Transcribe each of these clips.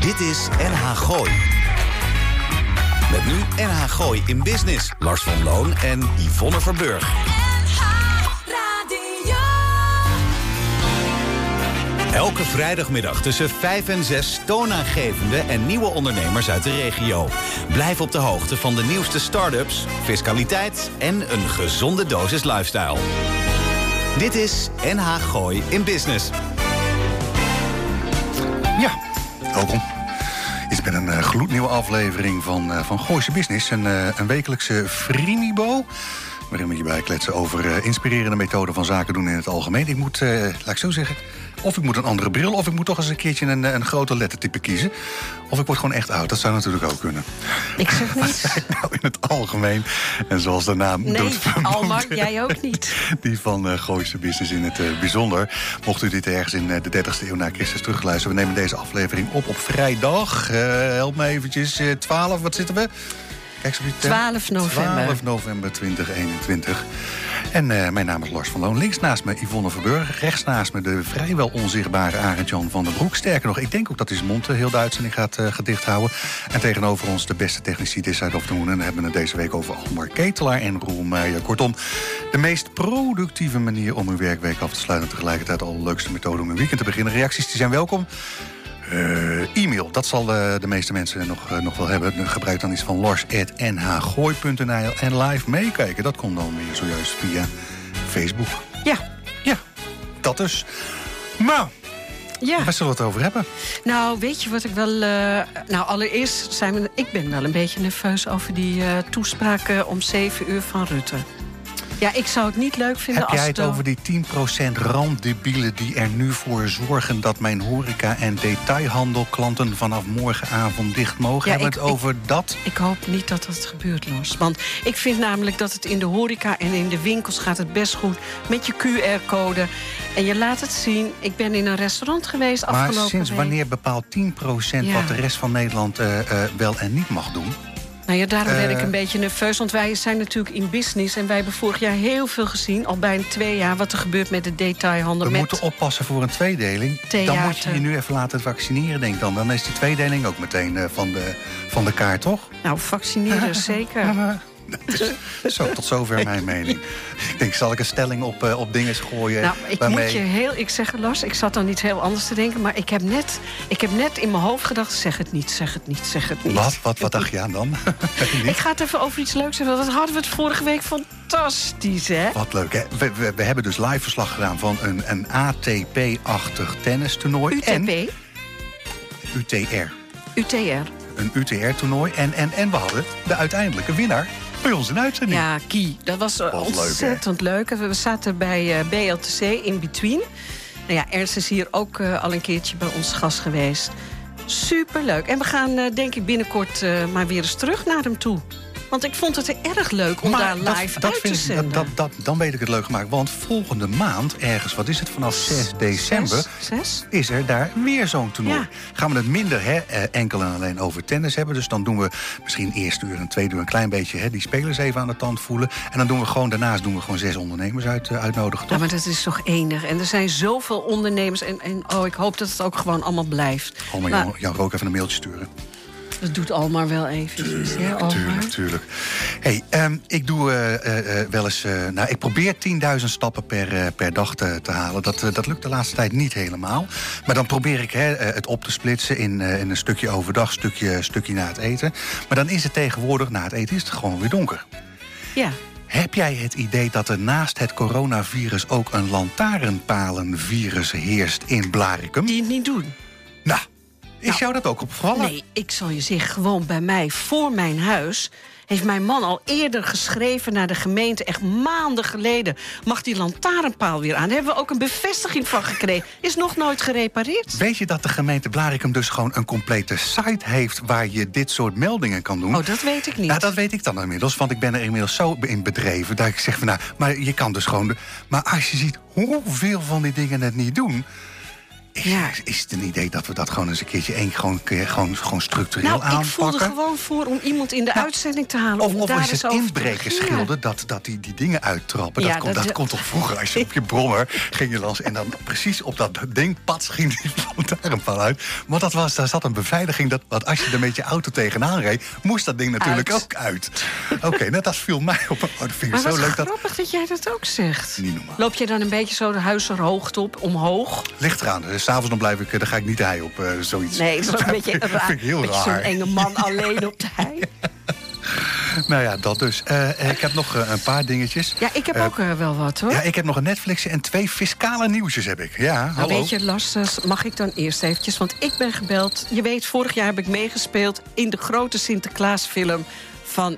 Dit is NH Gooi. Met nu NH Gooi in Business. Lars van Loon en Yvonne Verburg. Elke vrijdagmiddag tussen 5 en 6 toonaangevende en nieuwe ondernemers uit de regio. Blijf op de hoogte van de nieuwste start-ups, fiscaliteit en een gezonde dosis lifestyle. Dit is NH Gooi in Business. Ja, welkom. Dit is met een gloednieuwe aflevering van Gooise Business. Een wekelijkse Frimibo, waarin we je bijkletsen over inspirerende methoden van zaken doen in het algemeen. Ik moet, laat ik zo zeggen, of ik moet een andere bril, of ik moet toch eens een keertje een groter lettertype kiezen. Of ik word gewoon echt oud, dat zou natuurlijk ook kunnen. Ik zeg niets. Nou, in het algemeen, en zoals de naam doet vermoeden, Almar, jij ook niet. Die van Gooise Business in het bijzonder. Mocht u dit ergens in de 30e eeuw na Christus terugluisteren, we nemen deze aflevering op vrijdag. Help me eventjes, 12, wat zitten we? Kijk, 12 november. 12 november 2021. En mijn naam is Lars van Loon. Links naast me Yvonne Verburg. Rechts naast me de vrijwel onzichtbare Arend-Jan van den Broek. Sterker nog, ik denk ook dat hij zijn mond heel de uitzending gaat dicht houden. En tegenover ons de beste technici this side of the moon. En dan hebben we het deze week over Almar Ketelaar en Roel Meijer. Kortom, de meest productieve manier om uw werkweek af te sluiten. En tegelijkertijd de allerleukste methode om een weekend te beginnen. Reacties die zijn welkom. E-mail, dat zal de meeste mensen nog wel hebben. Gebruik dan iets van lars@nhgooi.nl. En live meekijken, dat komt dan weer zojuist via Facebook. Ja, dat dus. Maar, waar zullen we het over hebben? Nou, weet je wat ik wel... allereerst ik ben wel een beetje nerveus over die toespraak om 7 uur van Rutte. Ja, ik zou het niet leuk vinden als... Heb jij het over die 10% randdebielen die er nu voor zorgen dat mijn horeca- en detailhandelklanten vanaf morgenavond dicht mogen? Hebben we het over dat? Ik hoop niet dat dat gebeurt, Lars. Want ik vind namelijk dat het in de horeca en in de winkels gaat het best goed met je QR-code. En je laat het zien. Ik ben in een restaurant geweest afgelopen week. Maar sinds wanneer bepaalt 10% wat de rest van Nederland wel en niet mag doen? Nou ja, daarom ben ik een beetje nerveus. Want wij zijn natuurlijk in business. En wij hebben vorig jaar heel veel gezien. Al bijna 2 jaar wat er gebeurt met de detailhandel. We moeten oppassen voor een tweedeling. Dan moet je je nu even laten vaccineren, denk dan. Dan is die tweedeling ook meteen van de kaart, toch? Nou, vaccineren zeker. Zo, tot zover mijn mening. Ik denk, zal ik een stelling op dingen gooien? Nou, ik zeg het, Lars, ik zat dan iets heel anders te denken. Maar ik heb net in mijn hoofd gedacht, zeg het niet. Wat dacht je aan dan? Ik ga het even over iets leuks hebben. Dat hadden we het vorige week fantastisch, hè? Wat leuk, hè? We hebben dus live verslag gedaan van een ATP-achtig tennistoernooi. UTP? UTR. UTR. Een UTR-toernooi. En we hadden de uiteindelijke winnaar bij ons in uitzending. Ja, Kie. Dat was ontzettend leuk. We zaten bij BLTC in Between. Nou ja, Ernst is hier ook al een keertje bij ons gast geweest. Superleuk. En we gaan denk ik binnenkort maar weer eens terug naar hem toe. Want ik vond het erg leuk om daar live uit te zenden. Dan weet ik het leuk gemaakt. Want volgende maand, ergens, wat is het, vanaf 6 december... 6? Is er daar weer zo'n toernooi. Ja. Gaan we het minder enkel en alleen over tennis hebben. Dus dan doen we misschien eerste uur en tweede uur een klein beetje... die spelers even aan de tand voelen. En dan doen we gewoon, daarnaast 6 ondernemers uitnodigen. Toch? Ja, maar dat is toch enig. En er zijn zoveel ondernemers. En ik hoop dat het ook gewoon allemaal blijft. Jan Rook even een mailtje sturen. Dat doet Almar wel eventjes. Tuurlijk. Hey, ik doe wel eens... ik probeer 10.000 stappen per dag te halen. Dat lukt de laatste tijd niet helemaal. Maar dan probeer ik het op te splitsen in een stukje overdag, stukje na het eten. Maar dan is het tegenwoordig, na het eten is het gewoon weer donker. Ja. Heb jij het idee dat er naast het coronavirus ook een lantaarnpalenvirus heerst in Blaricum? Die het niet doen? Nou... Is jou dat ook opgevallen? Nee, ik zal je zeggen, gewoon bij mij, voor mijn huis... heeft mijn man al eerder geschreven naar de gemeente... echt maanden geleden, mag die lantaarnpaal weer aan. Daar hebben we ook een bevestiging van gekregen. Is nog nooit gerepareerd. Weet je dat de gemeente Blaricum dus gewoon een complete site heeft... waar je dit soort meldingen kan doen? Oh, dat weet ik niet. Nou, dat weet ik dan inmiddels, want ik ben er inmiddels zo in bedreven... dat ik zeg van, maar je kan dus gewoon... Maar als je ziet hoeveel van die dingen het niet doen... Is het een idee dat we dat gewoon eens een keertje gewoon structureel aanpakken? Ik voelde gewoon voor om iemand in de uitzending te halen. Of als je het inbreken schilder, dat die dingen uittrappen. Dat komt toch vroeger, als je op je brommer ging je langs... en dan precies op dat ding, pats, ging die lantaarnpaal uit. Maar daar zat een beveiliging, want als je er met je auto tegenaan reed... moest dat ding natuurlijk ook uit. Oké, dat viel mij op. Dat vind ik maar zo leuk. Grappig dat jij dat ook zegt. Niet normaal. Loop je dan een beetje zo de huizenhoogte op, omhoog? Ligt eraan. S'avonds dan ga ik niet de hei op, zoiets. Nee, dat is een beetje raar. Vind ik heel raar. Zo'n enge man alleen op de hei. Nou ja, dat dus. Ik heb nog een paar dingetjes. Ja, ik heb ook wel wat, hoor. Ja, ik heb nog een Netflixje en 2 fiscale nieuwsjes heb ik. Ja, hallo. Weet je, Lars, mag ik dan eerst eventjes... want ik ben gebeld. Je weet, vorig jaar heb ik meegespeeld... in de grote Sinterklaasfilm van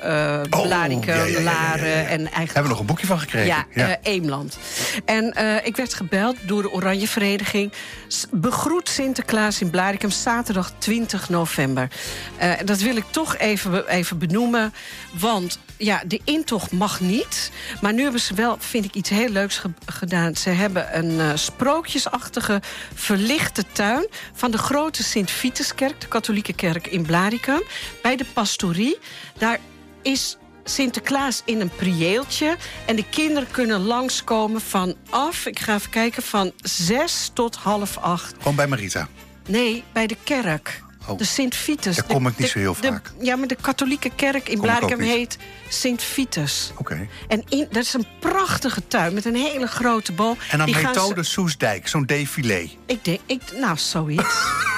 Blaricum, Laren en eigenlijk... Hebben we nog een boekje van gekregen? Ja. Eemland. En ik werd gebeld door de Oranje Vereniging. Begroet Sinterklaas in Blaricum, zaterdag 20 november. Dat wil ik toch even benoemen, want... Ja, de intocht mag niet. Maar nu hebben ze wel, vind ik, iets heel leuks gedaan. Ze hebben een sprookjesachtige verlichte tuin... van de grote Sint-Vituskerk, de katholieke kerk in Blaricum. Bij de pastorie. Daar is Sinterklaas in een prieeltje. En de kinderen kunnen langskomen vanaf... ik ga even kijken, van 6 tot 7:30. Gewoon bij Marita? Nee, bij de kerk. De Sint-Vitus. Daar kom ik niet zo heel vaak. Ja, maar de katholieke kerk in Blaricum heet Sint-Vitus. Oké. En dat is een prachtige tuin met een hele grote boom. En dan methode Soesdijk, zo'n défilé. Ik denk, zoiets.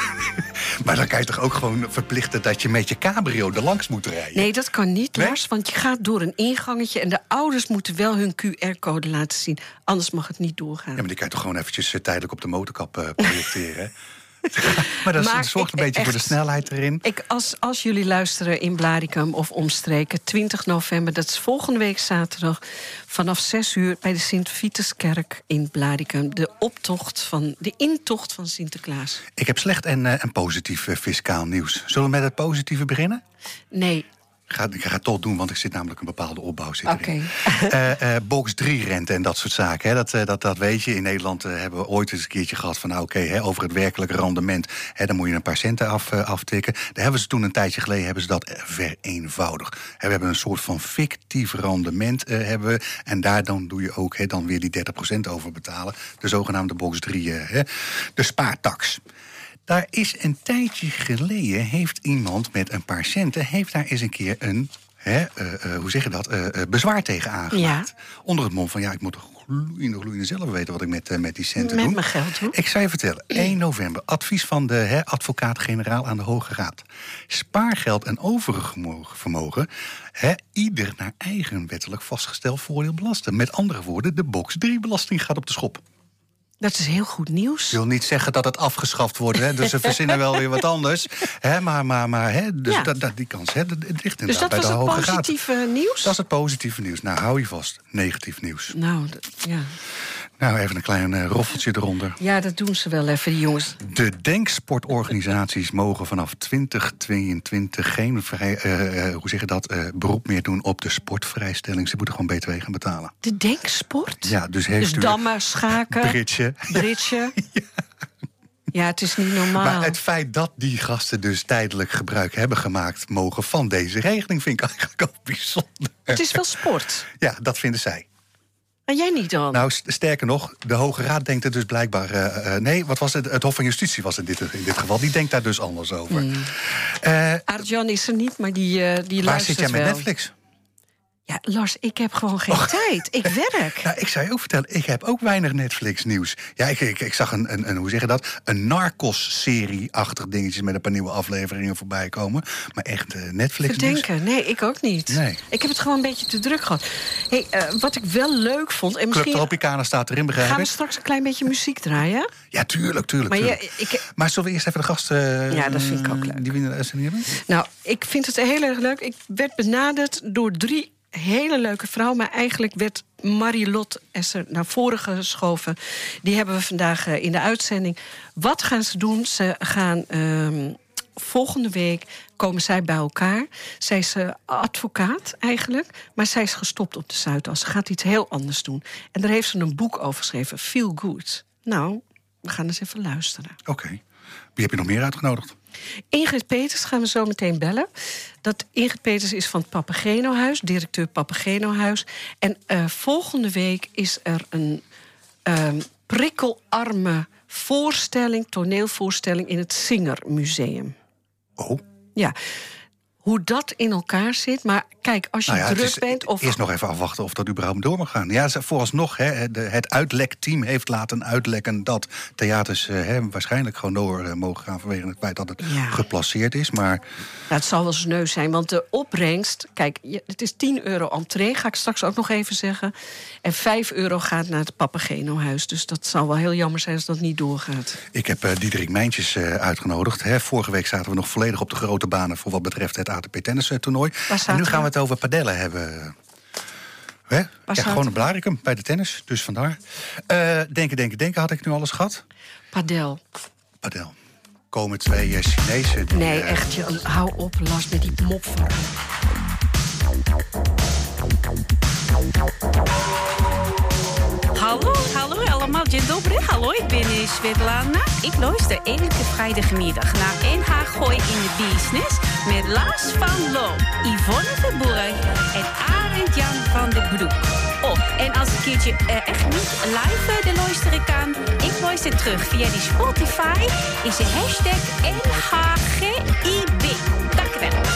Maar dan kan je toch ook gewoon verplichten dat je met je cabrio er langs moet rijden? Nee, dat kan niet, Lars, want je gaat door een ingangetje... en de ouders moeten wel hun QR-code laten zien. Anders mag het niet doorgaan. Ja, maar die kan je toch gewoon eventjes tijdelijk op de motorkap projecteren? Maar dat zorgt een beetje voor de snelheid erin. Als jullie luisteren in Blaricum of omstreken... 20 november, dat is volgende week zaterdag... vanaf 6 uur bij de Sint-Vituskerk in Blaricum. De intocht van Sinterklaas. Ik heb slecht en positief fiscaal nieuws. Zullen we met het positieve beginnen? Nee. Ik ga het toch doen, want ik zit namelijk een bepaalde opbouw Oké. Box 3-rente en dat soort zaken. Hè. Dat weet je. In Nederland hebben we ooit eens een keertje gehad van... over het werkelijke rendement, dan moet je een paar centen aftikken. Daar hebben ze toen een tijdje geleden dat vereenvoudigd. We hebben een soort van fictief rendement. En daar dan doe je ook dan weer die 30% over betalen. De zogenaamde Box 3, de spaartax. Daar is een tijdje geleden, heeft iemand met een paar centen... heeft daar eens een keer een, bezwaar tegen aangemaakt. Ja. Onder het mom van, ik moet gloeiende zelf weten... wat ik met die centen doe. Met mijn geld doe. Ik zou je vertellen, 1 november, advies van de advocaat-generaal aan de Hoge Raad. Spaargeld en overig vermogen... ieder naar eigen wettelijk vastgesteld voordeel belasten. Met andere woorden, de Box 3-belasting gaat op de schop. Dat is heel goed nieuws. Ik wil niet zeggen dat het afgeschaft wordt, dus ze verzinnen wel weer wat anders. Dus die kans ligt inderdaad dus dat bij de was Hoge het Raad. positieve nieuws? Dat is het positieve nieuws. Nou, hou je vast. Negatief nieuws. Nou, even een klein roffeltje eronder. Ja, dat doen ze wel even, die jongens. De denksportorganisaties mogen vanaf 2022 geen beroep meer doen op de sportvrijstelling. Ze moeten gewoon BTW gaan betalen. De denksport? Ja, dus dammen, schaken, bridge. Ja, het is niet normaal. Maar het feit dat die gasten dus tijdelijk gebruik hebben gemaakt... mogen van deze regeling, vind ik eigenlijk ook bijzonder. Het is wel sport. Ja, dat vinden zij. En jij niet dan? Nou, sterker nog, de Hoge Raad denkt er dus blijkbaar... nee, wat was het? Het Hof van Justitie was in dit geval. Die denkt daar dus anders over. Aart-Jan is er niet, maar die luistert. Waar zit jij met wel. Netflix? Ja, Lars, ik heb gewoon geen tijd. Ik werk. Nou, ik zou je ook vertellen, ik heb ook weinig Netflix-nieuws. Ja, ik zag een Narcos-serie-achtig dingetjes... met een paar nieuwe afleveringen voorbij komen. Maar echt Netflix-nieuws? Verdenken? Nee, ik ook niet. Nee. Ik heb het gewoon een beetje te druk gehad. Hey, wat ik wel leuk vond... En Club Tropicana staat erin, begrijp ik. Gaan we straks een klein beetje muziek draaien? Ja, tuurlijk. Maar zullen we eerst even de gasten... ja, dat vind ik ook leuk. Die we in de uitzending hebben? Nou, ik vind het heel erg leuk. Ik werd benaderd door 3... hele leuke vrouw, maar eigenlijk werd Marilot Esser naar voren geschoven. Die hebben we vandaag in de uitzending. Wat gaan ze doen? Ze gaan volgende week komen zij bij elkaar. Zij is advocaat eigenlijk, maar zij is gestopt op de Zuidas. Ze gaat iets heel anders doen. En daar heeft ze een boek over geschreven, Feel Good. Nou, we gaan eens even luisteren. Oké. Wie heb je nog meer uitgenodigd? Ingrid Peters gaan we zo meteen bellen. Ingrid Peters is van het Papageno-huis, directeur Papageno-huis. En volgende week is er een prikkelarme toneelvoorstelling in het Singermuseum. Oh. Ja. Hoe dat in elkaar zit. Maar kijk, als je druk bent... Eerst nog even afwachten of dat überhaupt door mag gaan. Ja, vooralsnog, het uitlekteam heeft laten uitlekken... dat theaters waarschijnlijk gewoon door mogen gaan... vanwege het feit dat het geplaceerd is. Maar het zal wel sneu zijn, want de opbrengst... Kijk, het is €10 entree, ga ik straks ook nog even zeggen. En €5 gaat naar het Papageno-huis. Dus dat zal wel heel jammer zijn als dat niet doorgaat. Ik heb Diederik Mijntjes uitgenodigd. Vorige week zaten we nog volledig op de grote banen... voor wat betreft het ATP-tennis-toernooi. En nu gaan we het over padellen hebben. Gewoon een Blaricum bij de tennis, dus vandaar. Denken, had ik nu alles gehad? Padel. Komen 2 Chinezen... Nee, echt, hou op, Lars, met die mop van... Hallo allemaal, dzień dobry. Hallo, ik ben Svetlana. Ik luister elke vrijdagmiddag naar NH Gooi in de Business... met Lars van Loon, Yvonne Verburg en Arend Jan van de Broek. En als ik een keertje echt niet live de luisteren kan... ik luister terug via die Spotify... is de hashtag NHGIB. Dank u wel.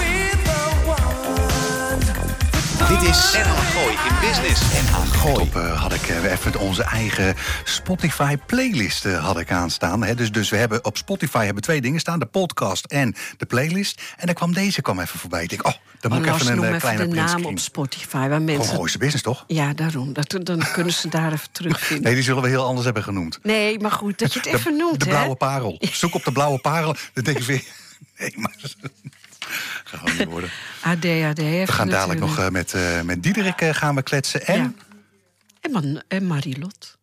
Dit is NH Gooi in Business. NH Gooi. Op had ik even onze eigen Spotify-playlist had ik aanstaan. Dus we hebben op Spotify hebben 2 dingen staan. De podcast en de playlist. En daar kwam deze even voorbij. Ik denk, dan moet ik even een kleine de naam op Spotify. Waar mensen... Gewoon Gooise Business, toch? Ja, daarom. Dan kunnen ze daar even terugvinden. Nee, die zullen we heel anders hebben genoemd. Nee, maar goed, dat je het even noemt, De blauwe parel. Zoek op de blauwe parel. Dan denk je weer... Nee, maar... Gewoon niet worden. ADHD. We gaan dadelijk nog met Diederik gaan we kletsen. En Marilot.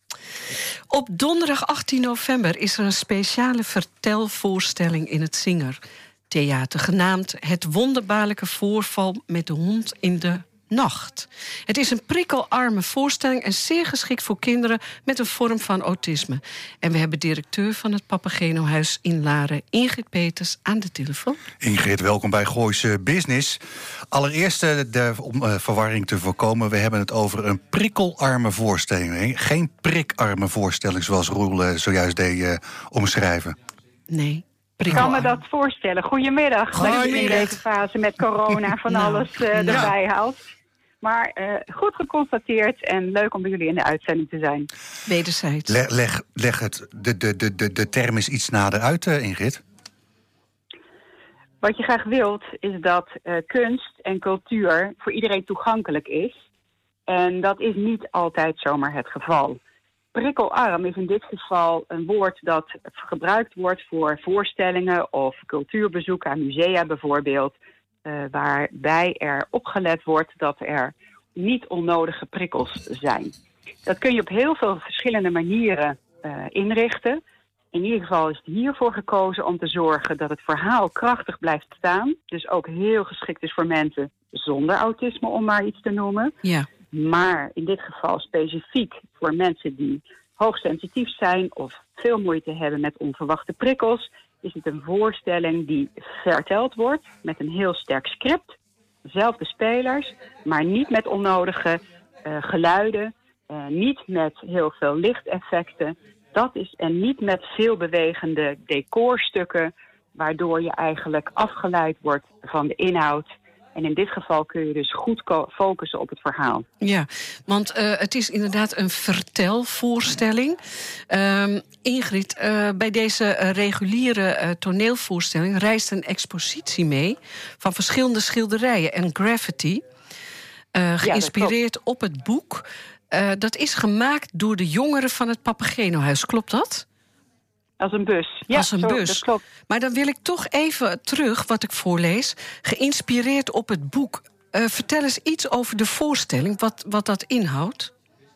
Op donderdag 18 november is er een speciale vertelvoorstelling in het Singertheater... genaamd Het wonderbaarlijke voorval met de hond in de nacht. Het is een prikkelarme voorstelling en zeer geschikt voor kinderen met een vorm van autisme. En we hebben directeur van het Papageno-huis in Laren, Ingrid Peters, aan de telefoon. Ingrid, welkom bij Gooise Business. Allereerst, om verwarring te voorkomen, we hebben het over een prikkelarme voorstelling. Geen prikarme voorstelling zoals Roel zojuist deed omschrijven. Nee. Ik kan me dat voorstellen. Goedemiddag. Dat je in deze fase met corona van alles erbij haalt. Maar goed geconstateerd en leuk om bij jullie in de uitzending te zijn. Wederzijds. Leg het de term eens iets nader uit, Ingrid. Wat je graag wilt is dat kunst en cultuur voor iedereen toegankelijk is. En dat is niet altijd zomaar het geval. Prikkelarm is in dit geval een woord dat gebruikt wordt voor voorstellingen of cultuurbezoek aan musea bijvoorbeeld. Waarbij er opgelet wordt dat er niet onnodige prikkels zijn. Dat kun je op heel veel verschillende manieren inrichten. In ieder geval is het hiervoor gekozen om te zorgen dat het verhaal krachtig blijft staan. Dus ook heel geschikt is voor mensen zonder autisme, om maar iets te noemen. Ja. Maar in dit geval specifiek voor mensen die hoogsensitief zijn of veel moeite hebben met onverwachte prikkels, is het een voorstelling die verteld wordt met een heel sterk script. Zelfde spelers, maar niet met onnodige geluiden, niet met heel veel lichteffecten. En niet met veel bewegende decorstukken, waardoor je eigenlijk afgeleid wordt van de inhoud. En in dit geval kun je dus goed focussen op het verhaal. Ja, want het is inderdaad een vertelvoorstelling. Ingrid, bij deze reguliere toneelvoorstelling reist een expositie mee van verschillende schilderijen en graffiti. Geïnspireerd op het boek. Dat is gemaakt door de jongeren van het Papageno-huis, klopt dat? Als een bus. Ja, als een bus. Dat klopt. Maar dan wil ik toch even terug, wat ik voorlees. Geïnspireerd op het boek. Vertel eens iets over de voorstelling, wat dat inhoudt.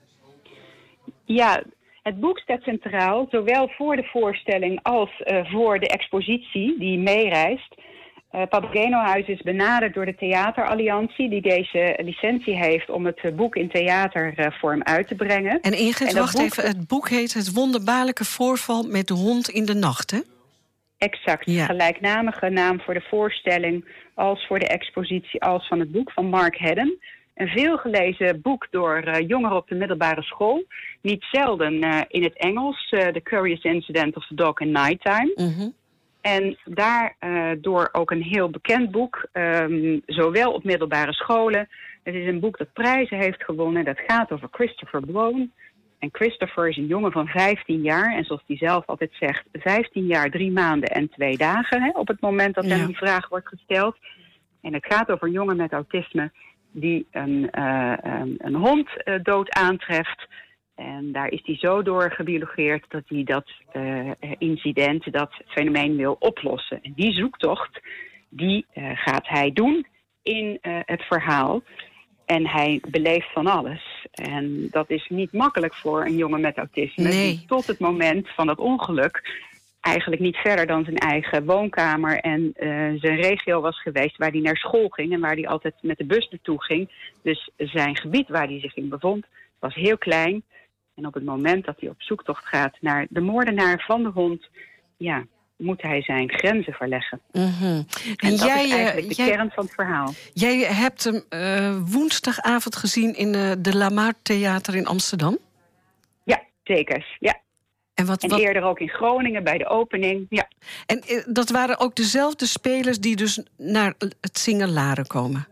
Ja, het boek staat centraal, zowel voor de voorstelling als voor de expositie die meereist. Papageno-huis is benaderd door de Theateralliantie, die deze licentie heeft om het boek in theatervorm uit te brengen. En Ingrid, wacht even, het boek heet Het wonderbaarlijke voorval met de hond in de nacht, hè? Exact, gelijknamige naam voor de voorstelling als voor de expositie als van het boek van Mark Haddon. Een veelgelezen boek door jongeren op de middelbare school. Niet zelden in het Engels, The Curious Incident of the Dog in Nighttime. Mm-hmm. En daardoor ook een heel bekend boek, zowel op middelbare scholen. Het is een boek dat prijzen heeft gewonnen. Dat gaat over Christopher Blown. En Christopher is een jongen van 15 jaar. En zoals hij zelf altijd zegt, 15 jaar, 3 maanden en 2 dagen. Hè, op het moment dat hem die vraag wordt gesteld. En het gaat over een jongen met autisme die een hond dood aantreft. En daar is hij zo door gebiologeerd dat hij dat incident, dat fenomeen wil oplossen. En die zoektocht, die gaat hij doen in het verhaal. En hij beleeft van alles. En dat is niet makkelijk voor een jongen met autisme. Nee. Die tot het moment van dat ongeluk eigenlijk niet verder dan zijn eigen woonkamer en zijn regio was geweest waar hij naar school ging en waar hij altijd met de bus naartoe ging. Dus zijn gebied waar hij zich in bevond was heel klein. En op het moment dat hij op zoektocht gaat naar de moordenaar van de hond, ja, moet hij zijn grenzen verleggen. Mm-hmm. En dat is eigenlijk de kern van het verhaal. Jij hebt hem woensdagavond gezien in de Lamar Theater in Amsterdam? Ja, zeker. Ja. En eerder ook in Groningen bij de opening. Ja. En dat waren ook dezelfde spelers die dus naar het Singelaren komen?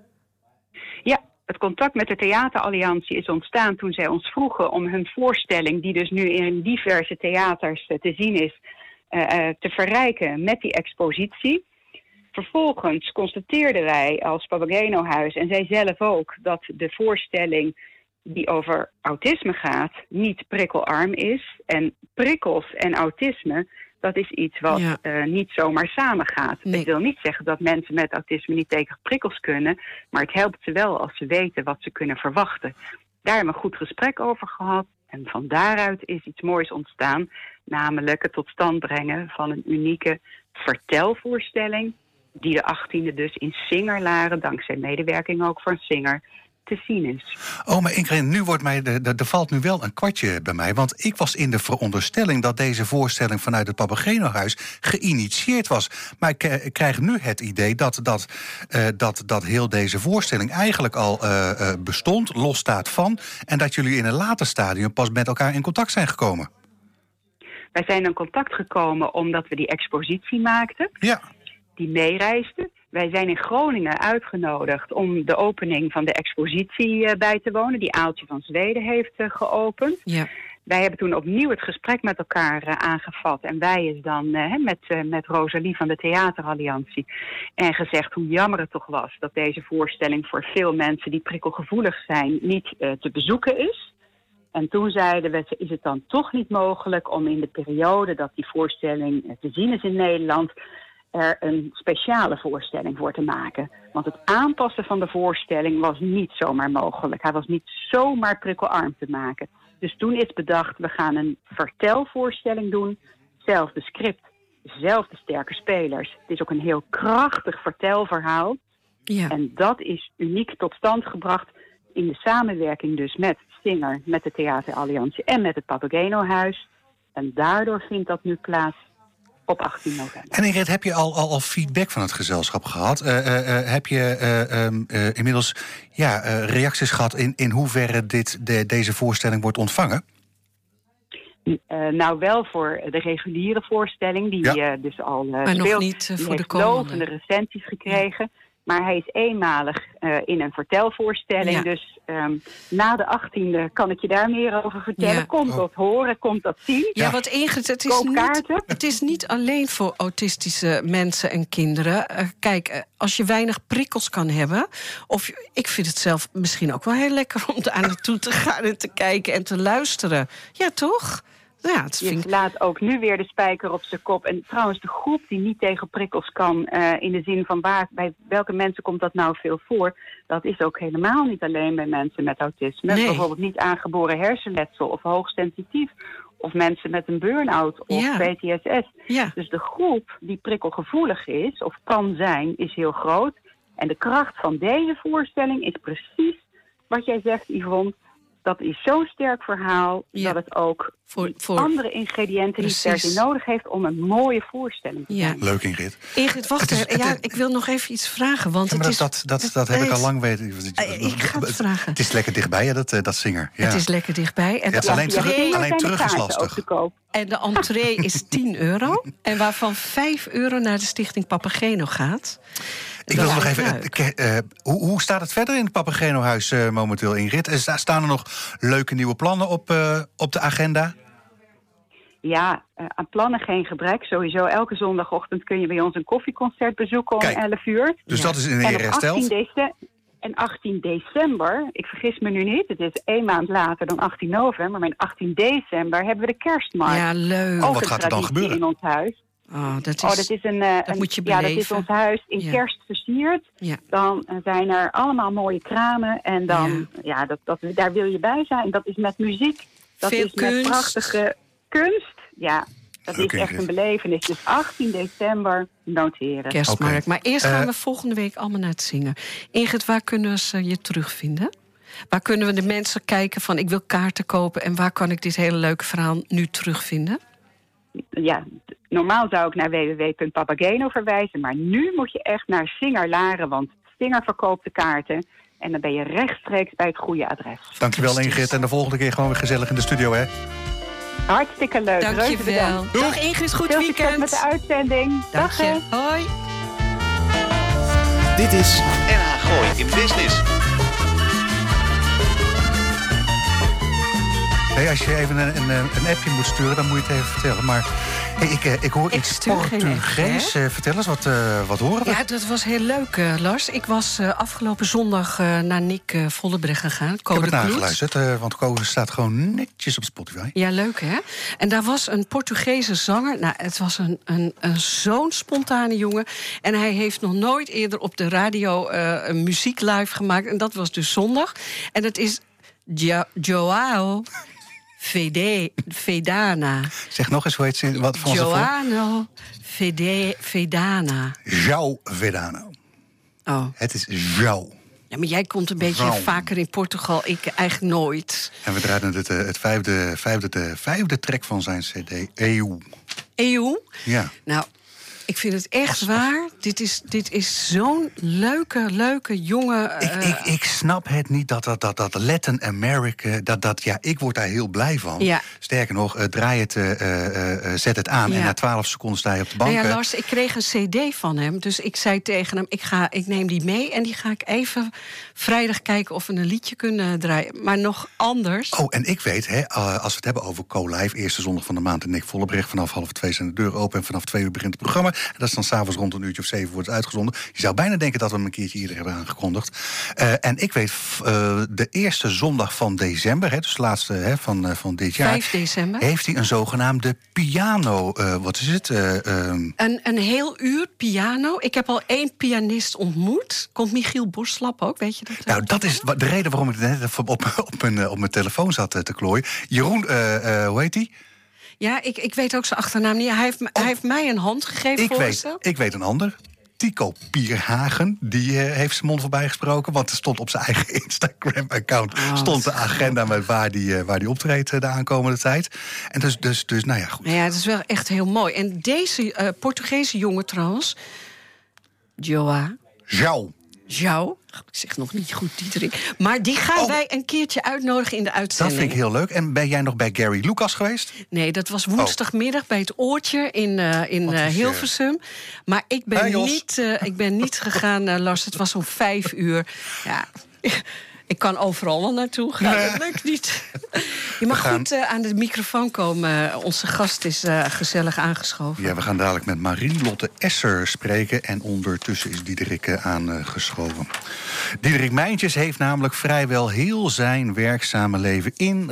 Ja. Het contact met de Theateralliantie is ontstaan toen zij ons vroegen om hun voorstelling, die dus nu in diverse theaters te zien is, te verrijken met die expositie. Vervolgens constateerden wij als Papageno-huis en zij zelf ook dat de voorstelling die over autisme gaat niet prikkelarm is. En prikkels en autisme, dat is iets wat niet zomaar samengaat. Nee. Ik wil niet zeggen dat mensen met autisme niet tegen prikkels kunnen, maar het helpt ze wel als ze weten wat ze kunnen verwachten. Daar hebben we een goed gesprek over gehad en van daaruit is iets moois ontstaan, namelijk het tot stand brengen van een unieke vertelvoorstelling die de 18e dus in Singerlaren, dankzij medewerking ook van Singer, te zien is. Oh, maar Ingrid, nu wordt mij er valt nu wel een kwartje bij mij, want ik was in de veronderstelling dat deze voorstelling vanuit het Papageno-huis geïnitieerd was. Maar ik krijg nu het idee dat heel deze voorstelling eigenlijk al bestond, losstaat van, en dat jullie in een later stadium pas met elkaar in contact zijn gekomen. Wij zijn in contact gekomen omdat we die expositie maakten. Ja. Die meereisde. Wij zijn in Groningen uitgenodigd om de opening van de expositie bij te wonen, die Aaltje van Zweden heeft geopend. Ja. Wij hebben toen opnieuw het gesprek met elkaar aangevat. En wij is dan met Rosalie van de Theateralliantie en gezegd hoe jammer het toch was dat deze voorstelling voor veel mensen die prikkelgevoelig zijn niet te bezoeken is. En toen zeiden we, is het dan toch niet mogelijk om in de periode dat die voorstelling te zien is in Nederland er een speciale voorstelling voor te maken. Want het aanpassen van de voorstelling was niet zomaar mogelijk. Hij was niet zomaar prikkelarm te maken. Dus toen is bedacht, we gaan een vertelvoorstelling doen. Zelfde script, zelfde sterke spelers. Het is ook een heel krachtig vertelverhaal. Ja. En dat is uniek tot stand gebracht in de samenwerking dus met Singer, met de Theateralliantie en met het Papageno-huis. En daardoor vindt dat nu plaats op 18 november. En Ingrid, heb je al feedback van het gezelschap gehad? Heb je inmiddels reacties gehad in hoeverre deze voorstelling wordt ontvangen? Nou, wel voor de reguliere voorstelling, die dus al maar speelt. Nog niet voor de komende. Lovende recensies gekregen. Ja. Maar hij is eenmalig in een vertelvoorstelling. Ja. Dus na de 18e kan ik je daar meer over vertellen. Ja. Komt dat horen, komt dat zien. Ja, wat Ingrid, het is niet alleen voor autistische mensen en kinderen. Kijk, als je weinig prikkels kan hebben, ik vind het zelf misschien ook wel heel lekker om daar naartoe te gaan en te kijken en te luisteren. Ja, toch? Ja, je laat ook nu weer de spijker op zijn kop. En trouwens, de groep die niet tegen prikkels kan, in de zin van bij welke mensen komt dat nou veel voor, dat is ook helemaal niet alleen bij mensen met autisme. Nee. Bijvoorbeeld niet aangeboren hersenletsel of hoogsensitief of mensen met een burn-out of PTSS. Ja. Dus de groep die prikkelgevoelig is of kan zijn, is heel groot. En de kracht van deze voorstelling is precies wat jij zegt, Yvonne. Dat is zo'n sterk verhaal dat het ook voor andere ingrediënten niet per se nodig heeft om een mooie voorstelling te zijn. Leuk, Ingrid. Ingrid, wacht even. Ik wil nog even iets vragen. Want dat heb ik al lang weten. Ik ga het vragen. Het is lekker dichtbij, dat Singer. Ja. Het is lekker dichtbij. En alleen terug is lastig. En de entree is €10. En waarvan €5 naar de stichting Papageno gaat. Ik wil nog even. Hoe staat het verder in het Papageno-huis momenteel, Ingrid? Staan er nog leuke nieuwe plannen op de agenda? Ja, aan plannen geen gebrek. Sowieso elke zondagochtend kun je bij ons een koffieconcert bezoeken om 11 uur. Dus dat is in ere hersteld. En 18 december, ik vergis me nu niet, het is 1 maand later dan 18 november... maar 18 december hebben we de kerstmarkt. Ja, leuk. Wat gaat er dan gebeuren? In ons huis. Dat moet je beleven. Ja, dat is ons huis in kerst versierd. Ja. Dan zijn er allemaal mooie kramen. En dan, daar wil je bij zijn. Dat is met muziek. Dat veel is kunst. Met prachtige kunst. Ja, dat is echt een belevenis. Dus 18 december noteren. Kerstmarkt. Okay. Maar eerst gaan we volgende week allemaal naar het zingen. Ingrid, waar kunnen ze je terugvinden? Waar kunnen we de mensen kijken van ik wil kaarten kopen... en waar kan ik dit hele leuke verhaal nu terugvinden? Ja, normaal zou ik naar www.papageno verwijzen... maar nu moet je echt naar Singer Laren, want Singer verkoopt de kaarten... en dan ben je rechtstreeks bij het goede adres. Dankjewel, Ingrid. En de volgende keer gewoon weer gezellig in de studio, hè? Hartstikke leuk. Dankjewel. Dag Ingrid, goed weekend. Met de uitzending. Dank je. Hoi. Dit is NH Gooi in Business. Hey, als je even een appje moet sturen, dan moet je het even vertellen. Maar ik hoor iets Portugees. Vertel eens, wat horen we? Ja, dat was heel leuk, Lars. Ik was afgelopen zondag naar Nick Vollebrecht gegaan. Ik heb het nageluisterd, want Code staat gewoon netjes op Spotify. Ja, leuk hè? En daar was een Portugese zanger. Nou, het was een zo'n spontane jongen. En hij heeft nog nooit eerder op de radio muziek live gemaakt. En dat was dus zondag. En dat is Joao Vedana. Zeg nog eens, hoe heet ze? Wat van Joao Vedana. Joao Vedana. Oh. Het is Joao. Ja, maar jij komt een beetje vaker in Portugal, ik eigenlijk nooit. En we draaiden de vijfde track van zijn cd, EU. EU? Ja. Nou, ik vind het echt waar. Dit is zo'n leuke jonge... Ik snap het niet dat Latin America... ik word daar heel blij van. Ja. Sterker nog, draai het, zet het aan... en na 12 seconden sta je op de bank. Nou ja, Lars, ik kreeg een cd van hem. Dus ik zei tegen hem, ik neem die mee... en die ga ik even vrijdag kijken of we een liedje kunnen draaien. Maar nog anders... Oh, en ik weet, als we het hebben over Co-Live... eerste zondag van de maand en Nick Vollebrecht... vanaf 1:30 zijn de deur open en vanaf 2:00 begint het programma... En dat is dan s'avonds rond 1:00 of 7 wordt het uitgezonden. Je zou bijna denken dat we hem een keertje eerder hebben aangekondigd. En ik weet, de eerste zondag van december, dus de laatste van dit jaar... 5 december. Heeft hij een zogenaamde piano, wat is het? Een heel uur piano. Ik heb al 1 pianist ontmoet. Komt Michiel Borslap ook, weet je dat? Nou, dat is de reden waarom ik net op mijn telefoon zat te klooien. Jeroen, hoe heet hij? Ja, ik weet ook zijn achternaam niet. Hij heeft mij een hand gegeven. Ik weet een ander. Tico Pierhagen, die heeft zijn mond voorbij gesproken. Want er stond op zijn eigen Instagram-account... stond de agenda met waar die optreedt de aankomende tijd. En dus nou ja, goed. Ja, het is wel echt heel mooi. En deze Portugese jongen trouwens... Joao. Ik zeg nog niet goed, Diederik. Maar die gaan wij een keertje uitnodigen in de uitzending. Dat vind ik heel leuk. En ben jij nog bij Gary Lucas geweest? Nee, dat was woensdagmiddag bij het Oortje in Hilversum. Maar ik ben niet gegaan, Lars. Het was om 5 uur. Ja... Ik kan overal al naartoe gaan, dat lukt niet. Je mag goed aan de microfoon komen. Onze gast is gezellig aangeschoven. Ja, we gaan dadelijk met Marien-Lotte Esser spreken. En ondertussen is Diederik aangeschoven. Diederik Mijntjes heeft namelijk vrijwel heel zijn werkzame leven... in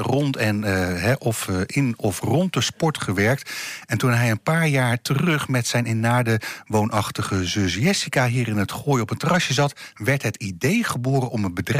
of rond de sport gewerkt. En toen hij een paar jaar terug met zijn in Naarden woonachtige zus Jessica... hier in het Gooi op een terrasje zat... werd het idee geboren om een bedrijf te starten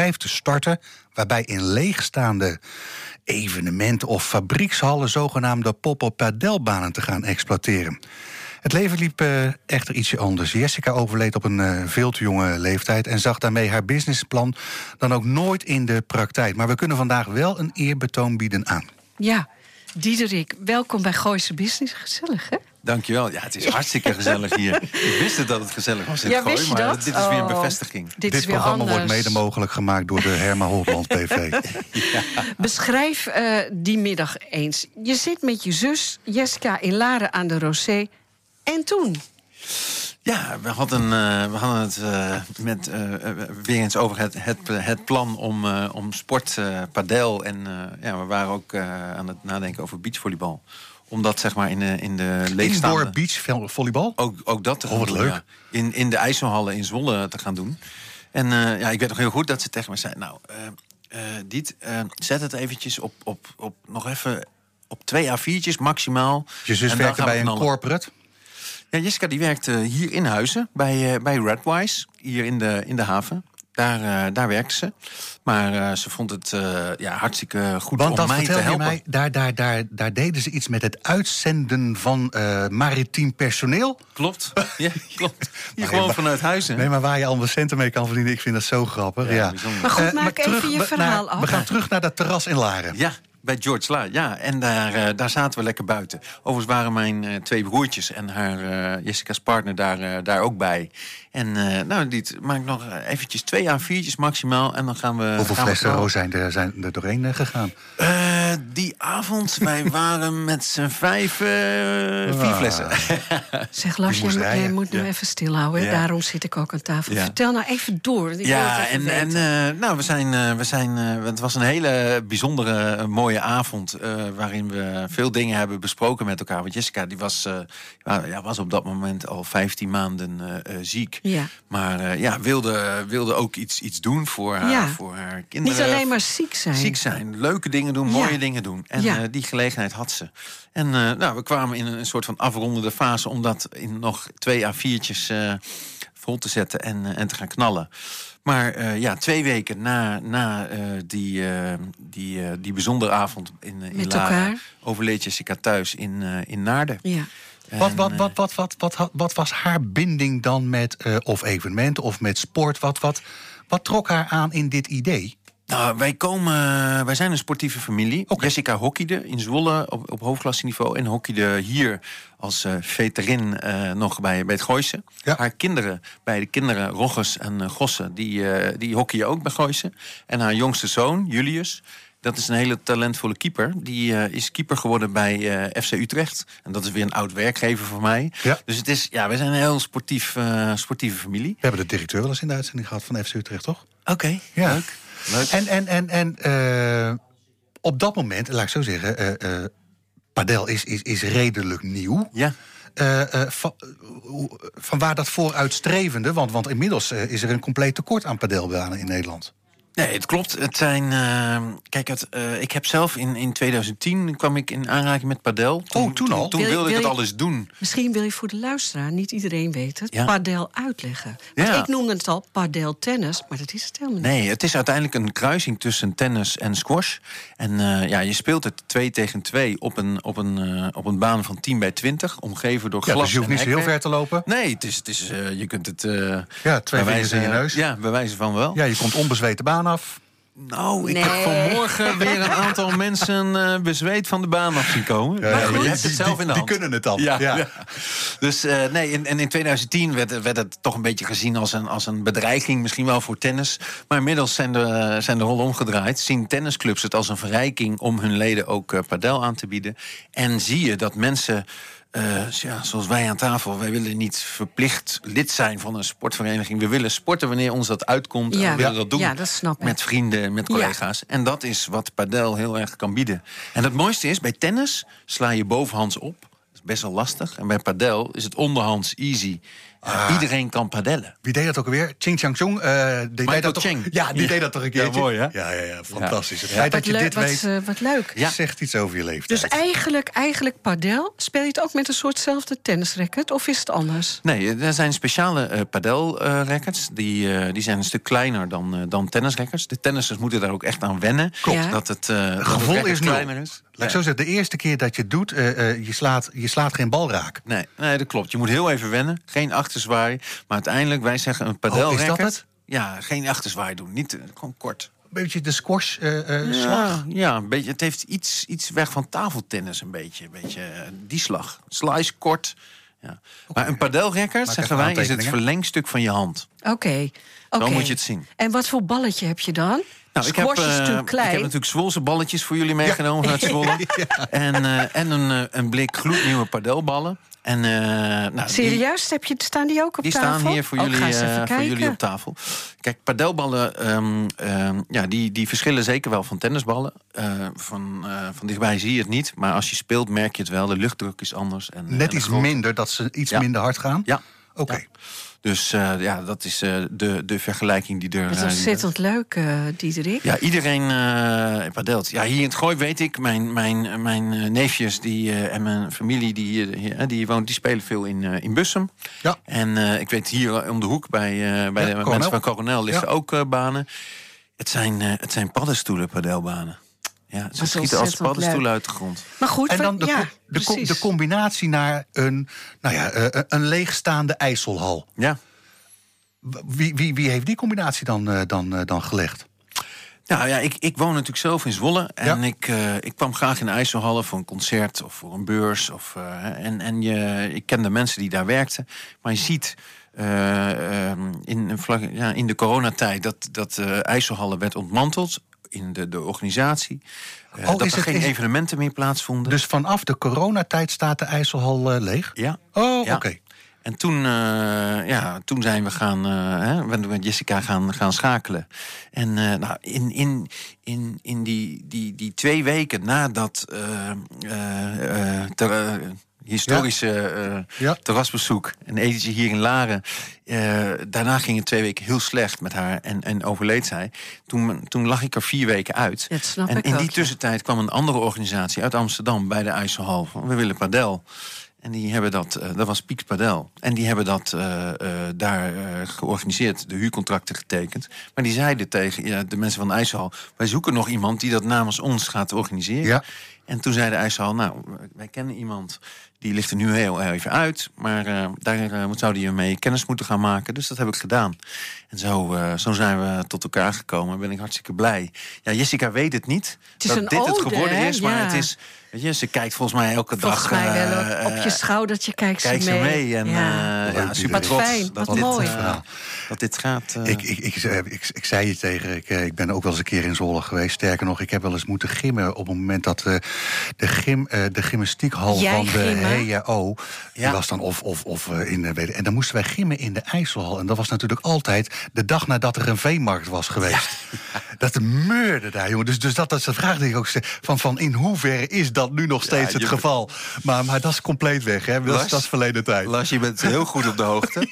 starten, waarbij in leegstaande evenementen of fabriekshallen zogenaamde pop-up padelbanen te gaan exploiteren. Het leven liep echter ietsje anders. Jessica overleed op een veel te jonge leeftijd en zag daarmee haar businessplan dan ook nooit in de praktijk. Maar we kunnen vandaag wel een eerbetoon bieden aan. Ja, Diederik, welkom bij Gooise Business. Gezellig, hè? Dankjewel. Ja, het is hartzieke gezellig hier. Ik wist het dat het gezellig was in het Gooi, maar dat? Dit is weer een bevestiging. Dit programma wordt mede mogelijk gemaakt door de Herma Holtland BV. Ja. Beschrijf die middag eens. Je zit met je zus Jessica in Laren aan de Rosé. En toen? Ja, we hadden het weer eens over het plan om sport, padel en we waren ook aan het nadenken over beachvolleybal. Omdat zeg maar in de leegstaande... Indoor beachvolleybal? Ook dat te gaan doen, leuk. Ja. In de IJsselhallen in Zwolle te gaan doen. En ik weet nog heel goed dat ze tegen me zei... Diet, zet het eventjes op nog even op 2 A4'tjes maximaal. Je zus werkte bij een corporate? Ja, Jessica die werkte hier in Huizen bij Redwise, hier in de haven. Daar werkte ze. Maar ze vond het hartstikke goed om mij te helpen. Want daar deden ze iets met het uitzenden van maritiem personeel. Klopt, ja, klopt. Hier gewoon vanuit Huizen. Nee, maar waar je allemaal centen mee kan verdienen, ik vind dat zo grappig. Ja. Maar goed, maak even je verhaal af. We gaan terug naar dat terras in Laren. Ja. Bij George La, ja. En daar zaten we lekker buiten. Overigens waren mijn 2 broertjes en haar Jessica's partner daar ook bij. En maak nog eventjes 2 A4'tjes maximaal. En dan gaan we... Hoeveel flessen roos zijn er doorheen gegaan? Die avond, wij waren met z'n 5 4 flessen. Zeg Lars, jij moet nu even stilhouden. Ja. Daarom zit ik ook aan tafel. Ja. Vertel nou even door. Het was een hele bijzondere, mooie avond. Waarin we veel dingen hebben besproken met elkaar. Want Jessica die was op dat moment al 15 maanden ziek. Ja. Maar wilde ook iets doen voor haar kinderen. Niet alleen maar ziek zijn. Ziek zijn, leuke dingen doen, mooie dingen doen. En die gelegenheid had ze. En we kwamen in een soort van afrondende fase... om dat in nog 2 A4'tjes vol te zetten en te gaan knallen. Maar 2 weken na die bijzondere avond in Laren... overleed Jessica thuis in Naarden. Ja. Wat was haar binding dan met of evenementen of met sport? Wat trok haar aan in dit idee? Nou, wij zijn een sportieve familie. Okay. Jessica hockeyde in Zwolle op hoofdklasseniveau... en hockeyde hier als veterin nog bij het Gooise. Ja. Haar kinderen, bij de kinderen Rogges en Gossen... die hockeyen ook bij Gooise. En haar jongste zoon, Julius... dat is een hele talentvolle keeper. Die is keeper geworden bij FC Utrecht. En dat is weer een oud werkgever voor mij. Ja. Dus wij zijn een heel sportieve familie. We hebben de directeur wel eens in de uitzending gehad van FC Utrecht, toch? Oké, ja. Leuk. En op dat moment, laat ik zo zeggen... padel is redelijk nieuw. Ja. Van waar dat vooruitstrevende? Want inmiddels is er een compleet tekort aan padelbanen in Nederland. Nee, het klopt. Het zijn. Ik heb zelf in 2010 kwam ik in aanraking met padel. Toen al? Toen wilde ik het al eens doen. Misschien wil je voor de luisteraar, niet iedereen weet het, padel uitleggen. Want ik noemde het al padel-tennis, maar dat is het helemaal niet. Nee, het is uiteindelijk een kruising tussen tennis en squash. En je speelt het 2 tegen 2 op een baan van 10 bij 20, omgeven door glas. Dus je hoeft niet zo heel ver te lopen? Nee, je kunt het. 2 vingers in je neus. Ja, bij wijze van wel. Ja, je komt onbezweten baan af. Nou, ik heb vanmorgen weer een aantal mensen bezweet van de baan af zien komen. Ja, maar je hebt het zelf in de hand. Die kunnen het dan. Ja. Dus in 2010 werd het toch een beetje gezien als een bedreiging, misschien wel voor tennis. Maar inmiddels zijn de rollen omgedraaid. Zien tennisclubs het als een verrijking om hun leden ook padel aan te bieden. En zie je dat mensen... zoals wij aan tafel, wij willen niet verplicht lid zijn van een sportvereniging. We willen sporten wanneer ons dat uitkomt. En we willen dat doen dat snap ik. Met vrienden, met collega's. Ja. En dat is wat padel heel erg kan bieden. En het mooiste is, bij tennis sla je bovenhands op. Dat is best wel lastig. En bij padel is het onderhands easy. Iedereen kan padellen. Wie deed dat ook alweer? Ching Chang Chong. Michael Cheng. Ja, die deed dat toch een keertje? Ja, mooi hè? Ja, fantastisch. Het feit dat je dit weet, wat leuk. zegt iets over je leeftijd. Dus eigenlijk padel, speel je het ook met een soortzelfde tennisracket? Of is het anders? Nee, er zijn speciale padelrackets. Die zijn een stuk kleiner dan tennisrackets. De tennissers moeten daar ook echt aan wennen. Ja. Dat het gevoel is kleiner is. Laat ik zo zeggen, de eerste keer dat je het doet, je slaat geen bal raak. Nee, dat klopt. Je moet heel even wennen. Geen achterzwaai. Maar uiteindelijk, wij zeggen een padelracket. Is dat het? Ja, geen achterzwaai doen. Niet, gewoon kort. Een beetje de squash slag. Ja, een beetje. Het heeft iets weg van tafeltennis. Een beetje die slag. Slice, kort. Ja. Maar een padelracket, zeggen wij, is het verlengstuk van je hand. Oké. Zo moet je het zien. En wat voor balletje heb je dan? Nou, ik heb natuurlijk Zwolse balletjes voor jullie meegenomen vanuit Zwolle. En een blik gloednieuwe padelballen. Serieus? Staan die ook op die tafel? Die staan hier voor jullie op tafel. Kijk, padelballen die verschillen zeker wel van tennisballen. Van dichtbij zie je het niet. Maar als je speelt merk je het wel. De luchtdruk is anders. Net iets minder, dat ze iets minder hard gaan? Ja. Oké. Ja. Dus dat is de vergelijking die er... Dat is ontzettend leuk, Diederik. Ja, iedereen padelt. Ja, hier in het Gooi weet ik, mijn neefjes en mijn familie die spelen veel in Bussum. Ja. En ik weet hier om de hoek bij de mensen van Coronel liggen ook banen. Het zijn paddenstoelen, padelbanen. Ja, ze schieten als paddenstoelen uit de grond. Maar goed, en dan de combinatie naar een leegstaande IJsselhal. Ja. Wie heeft die combinatie dan gelegd? Nou ja, ik woon natuurlijk zelf in Zwolle. En ik kwam graag in de IJsselhallen voor een concert of voor een beurs. Ik kende mensen die daar werkten. Maar je ziet in de coronatijd dat IJsselhallen werd ontmanteld. In de organisatie. Dat er geen evenementen meer plaatsvonden. Dus vanaf de coronatijd staat de IJsselhal leeg? Ja. Oh, ja. Oké. En toen zijn we met Jessica gaan schakelen. En in die 2 weken nadat historische terrasbezoek, een etentje hier in Laren. Daarna ging het 2 weken heel slecht met haar en overleed zij. Toen lag ik er 4 weken uit. En in die tussentijd kwam een andere organisatie uit Amsterdam bij de IJsselhal. We willen padel. En die hebben dat was Pieks Padel. En die hebben dat daar georganiseerd, de huurcontracten getekend. Maar die zeiden tegen de mensen van de IJsselhal: wij zoeken nog iemand die dat namens ons gaat organiseren. Ja. En toen zei de IJsselhal: nou, wij kennen iemand, die ligt er nu heel even uit. Maar daar zouden je mee kennis moeten gaan maken. Dus dat heb ik gedaan. En zo zijn we tot elkaar gekomen. En ben ik hartstikke blij. Ja, Jessica weet het niet dat dit het geworden is. Maar het is... Weet je, ze kijkt volgens mij elke dag. Volgens mij wel op je schoudertje kijkt ze mee. En super trots. Fijn, wat mooi. Dat dit gaat. Ik zei je tegen, ik ben ook wel eens een keer in Zwolle geweest. Sterker nog, ik heb wel eens moeten gimmen op het moment dat de gymnastiekhal van de HEAO... die was dan in de... En dan moesten wij gimmen in de IJsselhal. En dat was natuurlijk altijd de dag nadat er een veemarkt was geweest. Ja. Dat meurde daar, jongen. Dus dat is de vraag die ik ook zeg. Van in hoeverre is dat nu nog steeds het geval? Maar dat is compleet weg, hè? Dat is verleden tijd. Lars, je bent heel goed op de hoogte.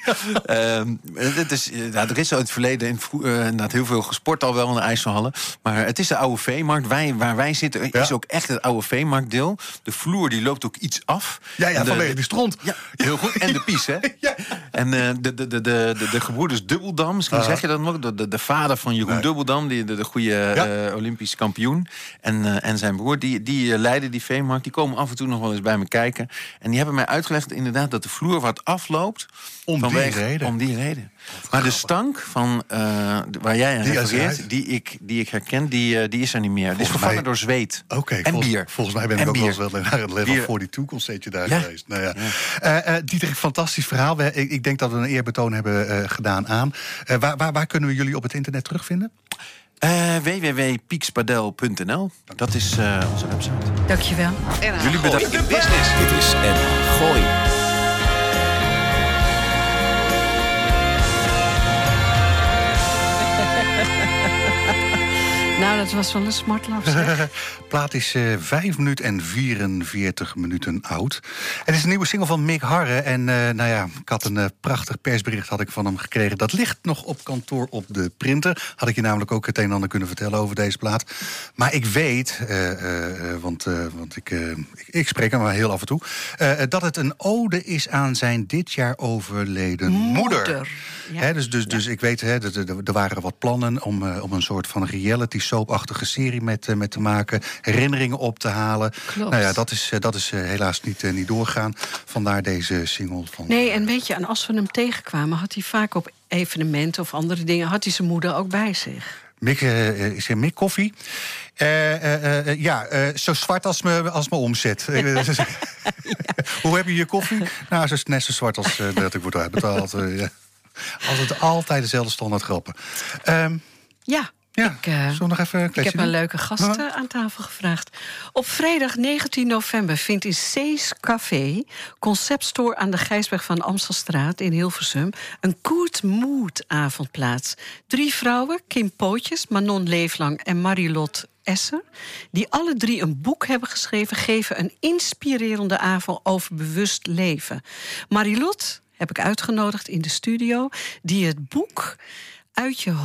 Er is uit het verleden inderdaad heel veel gesport al wel in de IJsselhallen. Maar het is de oude veemarkt. Waar wij zitten is ook echt het oude veemarktdeel. De vloer die loopt ook iets af. Ja, vanwege die stront. Ja, heel goed. En de pies, hè? Ja. En de gebroeders Dubbeldam, misschien zeg je dat nog. De vader van Jeroen Dubbeldam, de goede Olympisch kampioen. En zijn broer, die leiden die veemarkt. Die komen af en toe nog wel eens bij me kijken. En die hebben mij uitgelegd inderdaad dat de vloer wat afloopt. Om die reden. Maar de stank van waar jij aan refereert, die ik herken, die is er niet meer. Die is vervangen door zweet. En bier. Volgens mij ben ik ook wel eens naar het Level 42 concertje daar geweest. Nou ja. Diederik, fantastisch verhaal. Ik denk dat we een eerbetoon hebben gedaan aan. Waar kunnen we jullie op het internet terugvinden? www.piekspadel.nl. Dat is onze website. Dankjewel. Jullie bedankt. In business. Dit is Gooi. Nou, dat was wel een smart love, zeg. Plaat is 5 minuten en 44 minuten oud. Het is een nieuwe single van Mick Harre. En ik had een prachtig persbericht had ik van hem gekregen. Dat ligt nog op kantoor op de printer. Had ik je namelijk ook het een en ander kunnen vertellen over deze plaat. Maar ik weet, want ik spreek hem maar heel af en toe... dat het een ode is aan zijn dit jaar overleden moeder. Ja. Dus ik weet, er waren wat plannen om een soort van reality soapachtige serie met te maken. Herinneringen op te halen. Klopt. Nou ja, dat is helaas niet doorgaan. Vandaar deze single van... Nee, en weet je, en als we hem tegenkwamen... had hij vaak op evenementen of andere dingen... had hij zijn moeder ook bij zich. Mick, is er Mick koffie? Zo zwart als mijn omzet. Ja. Hoe heb je je koffie? Nou, ze is net zo zwart als dat ik word uitbetaald. Altijd dezelfde standaard grappen. Ik heb een leuke gast aan tafel gevraagd. Op vrijdag 19 november vindt in C's Café... Conceptstore aan de Gijsberg van Amstelstraat in Hilversum... een Good Mood avond plaats. 3 vrouwen, Kim Pootjes, Manon Leeflang en Marilot Esser... die alle 3 een boek hebben geschreven... geven een inspirerende avond over bewust leven. Marilot heb ik uitgenodigd in de studio... die het boek Uit je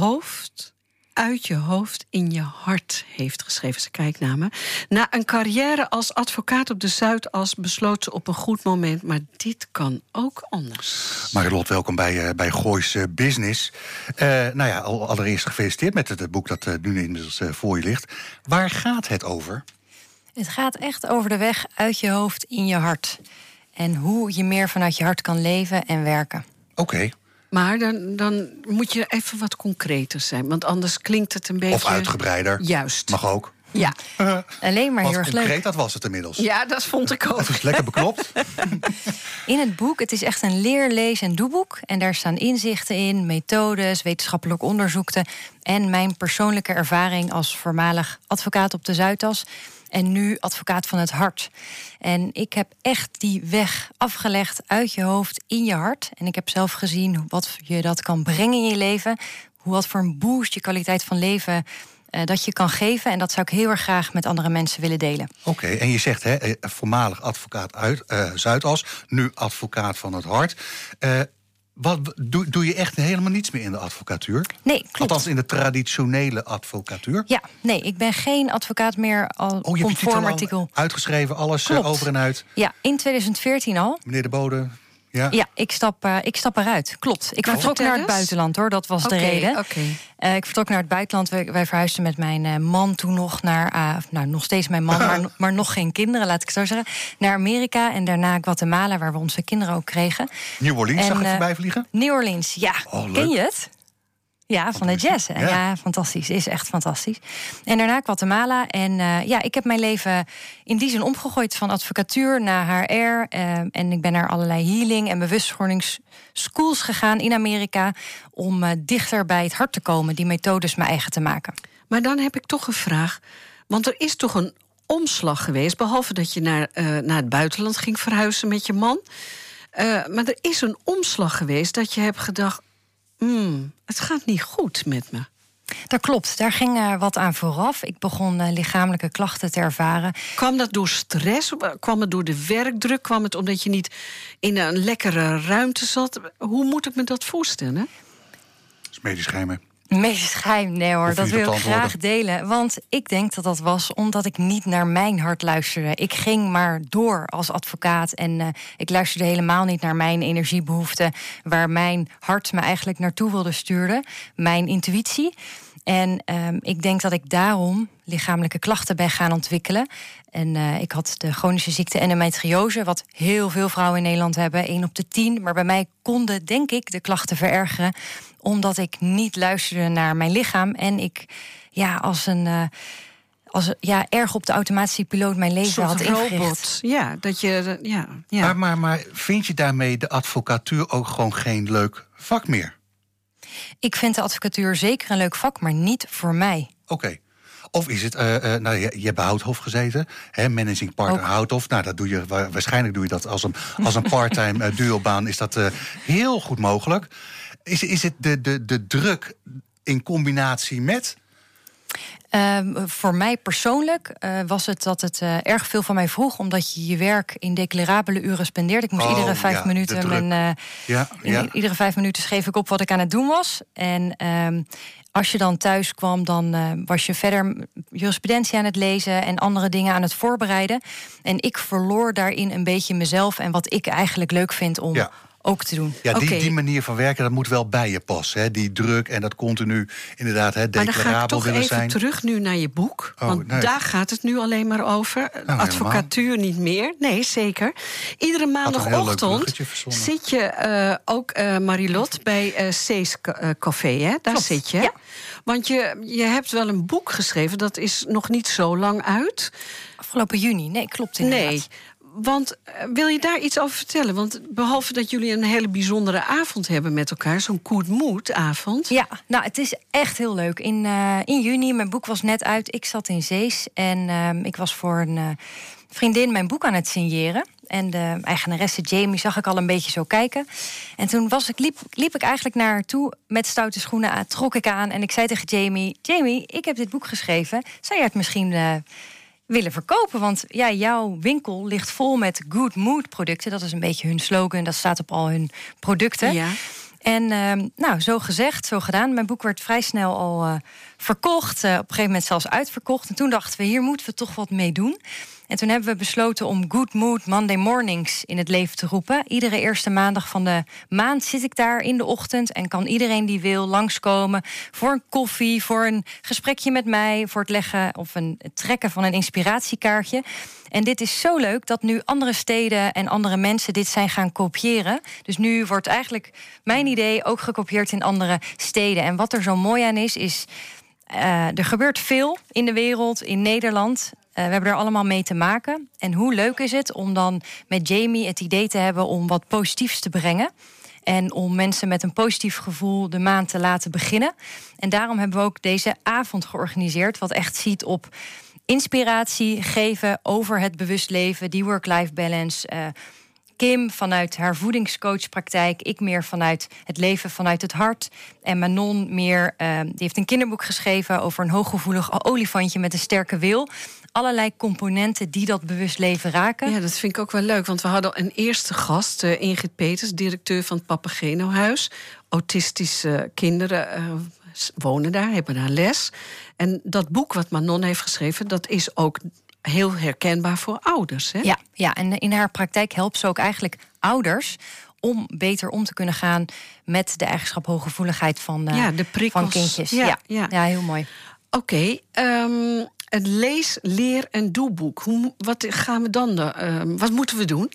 hoofd in je hart heeft geschreven. Ze kijkt naar me. Na een carrière als advocaat op de Zuidas... besloot ze op een goed moment, maar dit kan ook anders. Marilot, welkom bij Goois Business. Allereerst gefeliciteerd met het boek dat nu inmiddels voor je ligt. Waar gaat het over? Het gaat echt over de weg uit je hoofd in je hart. En hoe je meer vanuit je hart kan leven en werken. Oké. Maar dan moet je even wat concreter zijn. Want anders klinkt het een beetje... Of uitgebreider. Juist. Mag ook. Ja. Alleen maar heel erg concreet, leuk. Dat was het inmiddels. Ja, dat vond ik ook. Het is lekker beknopt. In het boek, het is echt een lees- en doeboek. En daar staan inzichten in, methodes, wetenschappelijk onderzoeken... en mijn persoonlijke ervaring als voormalig advocaat op de Zuidas... en nu advocaat van het hart. En ik heb echt die weg afgelegd uit je hoofd in je hart. En ik heb zelf gezien wat je dat kan brengen in je leven. Wat voor een boost je kwaliteit van leven dat je kan geven. En dat zou ik heel erg graag met andere mensen willen delen. Oké, en je zegt voormalig advocaat uit Zuidas, nu advocaat van het hart. Doe je echt helemaal niets meer in de advocatuur? Nee, klopt. Althans in de traditionele advocatuur? Ja, nee, ik ben geen advocaat meer conform artikel. Uitgeschreven, alles over en uit? Ja, in 2014 al. Meneer De Bode... Ja, ik stap eruit. Klopt. Ik vertrok naar het buitenland, hoor. Dat was de reden. Ik vertrok naar het buitenland. Wij verhuisden met mijn man toen nog naar... nog steeds mijn man, maar nog geen kinderen, laat ik het zo zeggen. Naar Amerika en daarna Guatemala, waar we onze kinderen ook kregen. New Orleans zag ik voorbij vliegen? New Orleans, ja. Ken je het? Ja, van de jazz. Ja, fantastisch. Is echt fantastisch. En daarna Guatemala. En ik heb mijn leven in die zin omgegooid van advocatuur naar HR. En ik ben naar allerlei healing- en bewustwordingsschools gegaan in Amerika... om dichter bij het hart te komen, die methodes mijn eigen te maken. Maar dan heb ik toch een vraag. Want er is toch een omslag geweest... behalve dat je naar het buitenland ging verhuizen met je man. Maar er is een omslag geweest dat je hebt gedacht... het gaat niet goed met me. Dat klopt, daar ging wat aan vooraf. Ik begon lichamelijke klachten te ervaren. Kwam dat door stress? Kwam het door de werkdruk? Kwam het omdat je niet in een lekkere ruimte zat? Hoe moet ik me dat voorstellen? Dat is medisch geheimen. Medisch geheim, nee hoor, dat wil ik graag delen. Want ik denk dat dat was omdat ik niet naar mijn hart luisterde. Ik ging maar door als advocaat en ik luisterde helemaal niet naar mijn energiebehoeften... waar mijn hart me eigenlijk naartoe wilde sturen, mijn intuïtie. En ik denk dat ik daarom lichamelijke klachten ben gaan ontwikkelen. En ik had de chronische ziekte endometriose, wat heel veel vrouwen in Nederland hebben, 1 op de 10. Maar bij mij konden, denk ik, de klachten verergeren, omdat ik niet luisterde naar mijn lichaam. En ik erg op de automatische piloot mijn leven had ingericht. Ja, dat je... Ja. Maar vind je daarmee de advocatuur ook gewoon geen leuk vak meer? Ik vind de advocatuur zeker een leuk vak, maar niet voor mij. Oké. Of is het, je hebt bij Houthof gezeten, managing partner Houthof. Nou, dat doe je, waarschijnlijk doe je dat als een part-time duobaan. Is dat heel goed mogelijk. Is het de druk in combinatie met? Voor mij persoonlijk was het dat het erg veel van mij vroeg, omdat je werk in declarabele uren spendeert. Ik moest iedere 5 minuten iedere 5 minuten schreef ik op wat ik aan het doen was. En als je dan thuis kwam, dan was je verder jurisprudentie aan het lezen en andere dingen aan het voorbereiden. En ik verloor daarin een beetje mezelf en wat ik eigenlijk leuk vind om ook te doen. Ja, die manier van werken, dat moet wel bij je passen. Hè? Die druk en dat continu inderdaad declarabel willen zijn. Maar dan ga ik toch even terug nu naar je boek. Want daar gaat het nu alleen maar over. Advocatuur niet meer. Nee, zeker. Iedere maandagochtend zit je ook, Marilot, bij C's Café. Hè? Daar zit je. Ja. Want je hebt wel een boek geschreven. Dat is nog niet zo lang uit. Afgelopen juni. Nee, klopt inderdaad. Nee. Want wil je daar iets over vertellen? Want behalve dat jullie een hele bijzondere avond hebben met elkaar, zo'n Good Mood avond. Ja, nou, het is echt heel leuk. In juni, mijn boek was net uit, ik zat in Zees en ik was voor een vriendin mijn boek aan het signeren. En de eigenaresse Jamie zag ik al een beetje zo kijken. En toen liep ik eigenlijk naar haar toe met stoute schoenen aan, trok ik aan en ik zei tegen Jamie, ik heb dit boek geschreven. Zou jij het misschien willen verkopen? Want jouw winkel ligt vol met Good Mood producten. Dat is een beetje hun slogan. Dat staat op al hun producten. Ja. En zo gezegd, zo gedaan. Mijn boek werd vrij snel al verkocht. Op een gegeven moment zelfs uitverkocht. En toen dachten we, hier moeten we toch wat mee doen. En toen hebben we besloten om Good Mood Monday Mornings in het leven te roepen. Iedere eerste maandag van de maand zit ik daar in de ochtend en kan iedereen die wil langskomen voor een koffie, voor een gesprekje met mij, voor het leggen of het trekken van een inspiratiekaartje. En dit is zo leuk dat nu andere steden en andere mensen dit zijn gaan kopiëren. Dus nu wordt eigenlijk mijn idee ook gekopieerd in andere steden. En wat er zo mooi aan is er gebeurt veel in de wereld, in Nederland. We hebben er allemaal mee te maken. En hoe leuk is het om dan met Jamie het idee te hebben om wat positiefs te brengen. En om mensen met een positief gevoel de maand te laten beginnen. En daarom hebben we ook deze avond georganiseerd, wat echt ziet op inspiratie geven over het bewust leven, die work-life balance. Kim vanuit haar voedingscoachpraktijk, ik meer vanuit het leven vanuit het hart. En Manon meer, die heeft een kinderboek geschreven over een hooggevoelig olifantje met een sterke wil. Allerlei componenten die dat bewust leven raken. Ja, dat vind ik ook wel leuk, want we hadden een eerste gast, Ingrid Peters, directeur van het Papageno-huis. Autistische kinderen wonen daar, hebben daar les. En dat boek wat Manon heeft geschreven, dat is ook heel herkenbaar voor ouders. Hè? Ja, en in haar praktijk helpt ze ook eigenlijk ouders om beter om te kunnen gaan met de eigenschap hooggevoeligheid van kindjes. Ja, heel mooi. Oké, het lees, leer en doeboek. Wat gaan we dan? Wat moeten we doen?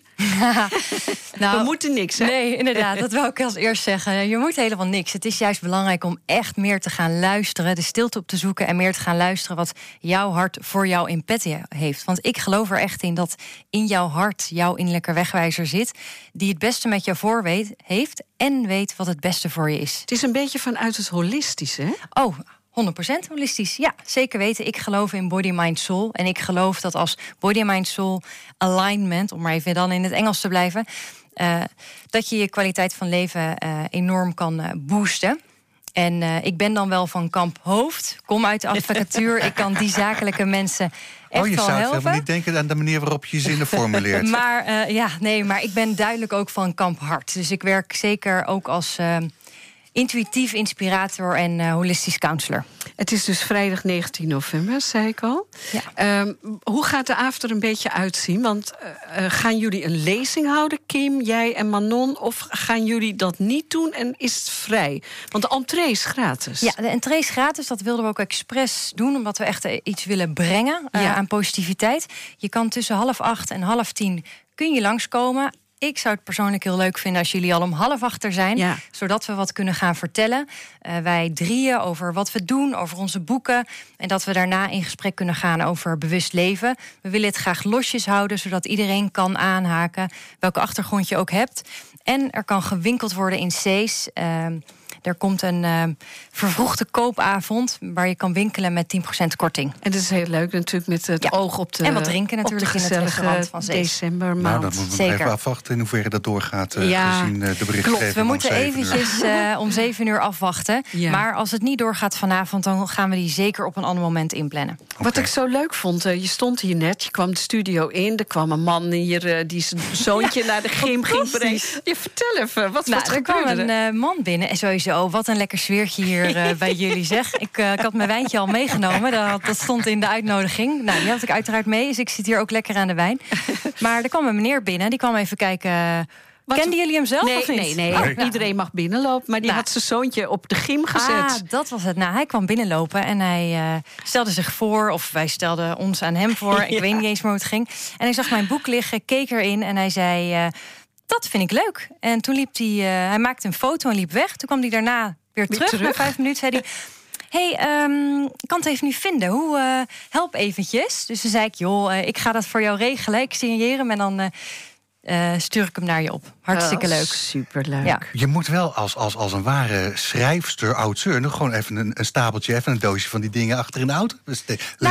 We moeten niks, hè? Nee, inderdaad, dat wil ik als eerst zeggen. Je moet helemaal niks. Het is juist belangrijk om echt meer te gaan luisteren, de stilte op te zoeken en meer te gaan luisteren wat jouw hart voor jou in petto heeft. Want ik geloof er echt in dat in jouw hart jouw innerlijke wegwijzer zit, die het beste met jou voor heeft en weet wat het beste voor je is. Het is een beetje vanuit het holistische, hè? Oh, 100% holistisch, ja, zeker weten. Ik geloof in body, mind, soul. En ik geloof dat als body, mind, soul alignment, om maar even dan in het Engels te blijven, dat je je kwaliteit van leven enorm kan boosten. En ik ben dan wel van kamp hoofd, kom uit de advocatuur. Ik kan die zakelijke mensen echt wel helpen. Je zou helemaal niet denken aan de manier waarop je zinnen formuleert. Maar ik ben duidelijk ook van kamp hart. Dus ik werk zeker ook als intuïtief inspirator en holistisch counselor. Het is dus vrijdag 19 november, zei ik al. Ja. Hoe gaat de avond er een beetje uitzien? Want gaan jullie een lezing houden, Kim, jij en Manon? Of gaan jullie dat niet doen en is het vrij? Want de entree is gratis. Ja, de entree is gratis. Dat wilden we ook expres doen, omdat we echt iets willen brengen aan positiviteit. Je kan tussen 7:30 en 9:30 kun je langskomen. Ik zou het persoonlijk heel leuk vinden als jullie al om 7:30 er zijn. Zodat we wat kunnen gaan vertellen. Wij drieën over wat we doen, over onze boeken. En dat we daarna in gesprek kunnen gaan over bewust leven. We willen het graag losjes houden, zodat iedereen kan aanhaken welke achtergrond je ook hebt. En er kan gewinkeld worden in C's. er komt een vervroegde koopavond waar je kan winkelen met 10% korting. En dat is heel leuk natuurlijk met het oog op de... En wat drinken natuurlijk in het restaurant van Zees. Decembermaand. Nou, dat moeten we nog even afwachten in hoeverre dat doorgaat gezien de berichtgeving. Klopt, we moeten eventjes om 7 uur afwachten. Ja. Maar als het niet doorgaat vanavond, dan gaan we die zeker op een ander moment inplannen. Okay. Wat ik zo leuk vond, je stond hier net, je kwam de studio in, er kwam een man hier die zijn zoontje naar de gym ging brengen. Ja, vertel even, wat gebeurde er? Er kwam een man binnen en sowieso, wat een lekker sfeertje hier bij jullie, zeg. Ik had mijn wijntje al meegenomen, dat stond in de uitnodiging. Nou, die had ik uiteraard mee, dus ik zit hier ook lekker aan de wijn. Maar er kwam een meneer binnen, die kwam even kijken... Kenden jullie hem zelf of niet? Nee. Iedereen mag binnenlopen, maar die had zijn zoontje op de gym gezet. Ah, dat was het. Nou, hij kwam binnenlopen en hij stelde zich voor... of wij stelden ons aan hem voor. Ik weet niet eens meer hoe het ging. En hij zag mijn boek liggen, keek erin en hij zei... dat vind ik leuk. En toen liep hij maakte een foto en liep weg. Toen kwam hij daarna weer terug. Na 5 minuten zei hij... Hey, ik kan het even niet vinden. Help eventjes. Dus toen zei ik, joh, ik ga dat voor jou regelen. Ik signeer hem en dan... stuur ik hem naar je op. Hartstikke leuk. Superleuk. Ja. Je moet wel als een ware schrijfster, auteur... nog gewoon even een stapeltje, even een doosje van die dingen achter in de auto. Dus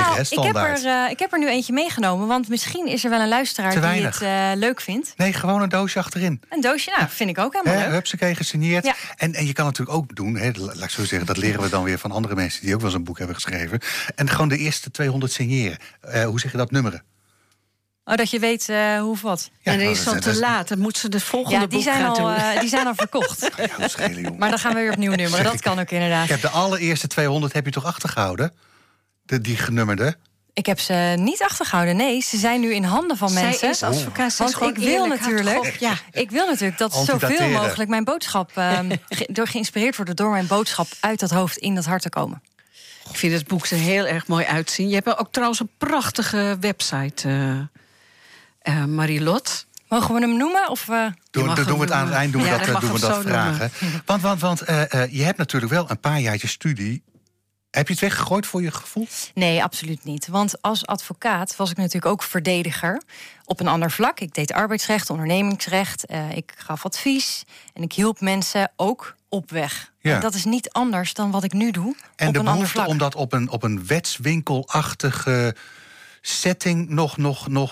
ik heb er nu eentje meegenomen. Want misschien is er wel een luisteraar die het leuk vindt. Nee, gewoon een doosje achterin. Een doosje, vind ik ook helemaal leuk. Hupsakee, gesigneerd. Ja. En je kan natuurlijk ook doen, laat ik zo zeggen... dat leren we dan weer van andere mensen die ook wel eens een boek hebben geschreven. En gewoon de eerste 200 signeren. Hoe zeg je dat, nummeren? Oh, dat je weet hoe of wat. Ja, en dan is het te laat. Dan moeten ze de volgende boek gaan doen. Die zijn al verkocht. Ja, schelen, jongen. Maar dan gaan we weer opnieuw nummeren. Dat kan ook inderdaad. Ik heb de allereerste 200 heb je toch achtergehouden? Die genummerde? Ik heb ze niet achtergehouden. Nee, ze zijn nu in handen van mensen. Zij is advocaat. Want ik wil natuurlijk dat zoveel mogelijk mijn boodschap... geïnspireerd worden door mijn boodschap uit dat hoofd in dat hart te komen. Ik vind het boek er heel erg mooi uitzien. Je hebt ook trouwens een prachtige website... Marilot. Mogen we hem noemen? Of, doen we het aan het eind doen we dat vragen. Want je hebt natuurlijk wel een paar jaartjes studie. Heb je het weggegooid voor je gevoel? Nee, absoluut niet. Want als advocaat was ik natuurlijk ook verdediger op een ander vlak. Ik deed arbeidsrecht, ondernemingsrecht. Ik gaf advies en ik hielp mensen ook op weg. Ja. En dat is niet anders dan wat ik nu doe. En op de een ander vlak. Om dat op een wetswinkelachtige... setting nog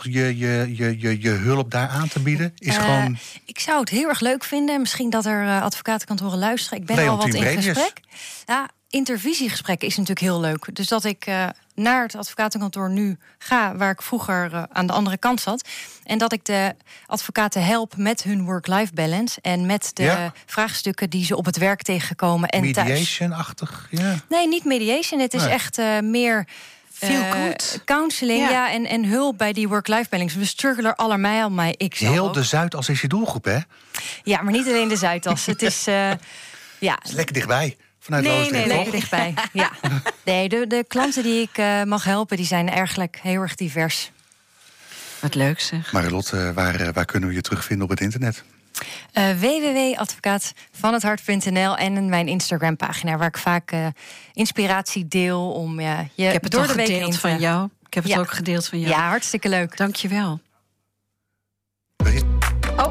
je hulp daar aan te bieden? Is gewoon... Ik zou het heel erg leuk vinden. Misschien dat er advocatenkantoren luisteren. Ik ben Leon al wat in Bredius. gesprek. Ja, intervisiegesprekken is natuurlijk heel leuk. Dus dat ik naar het advocatenkantoor nu ga... waar ik vroeger aan de andere kant zat... en dat ik de advocaten help met hun work-life balance... en met de vraagstukken die ze op het werk tegenkomen en thuis. Mediation-achtig? Ja. Nee, niet mediation. Het is echt meer... counseling, en hulp bij die work-life balance. We struggelen er allemaal, ik zelf heel ook. De Zuidas is je doelgroep, hè? Ja, maar niet alleen de Zuidas. Het is, Het is lekker dichtbij. Nee, lekker dichtbij. Ja. Nee, de klanten die ik mag helpen, die zijn eigenlijk heel erg divers. Wat leuk zeg. Marilot, waar kunnen we je terugvinden op het internet? www.advocaatvanhethart.nl en mijn Instagram-pagina... waar ik vaak inspiratie deel om je ik heb het door de week gedeeld van jou. Ik heb het ook gedeeld van jou. Ja, hartstikke leuk. Dank je wel. Oh.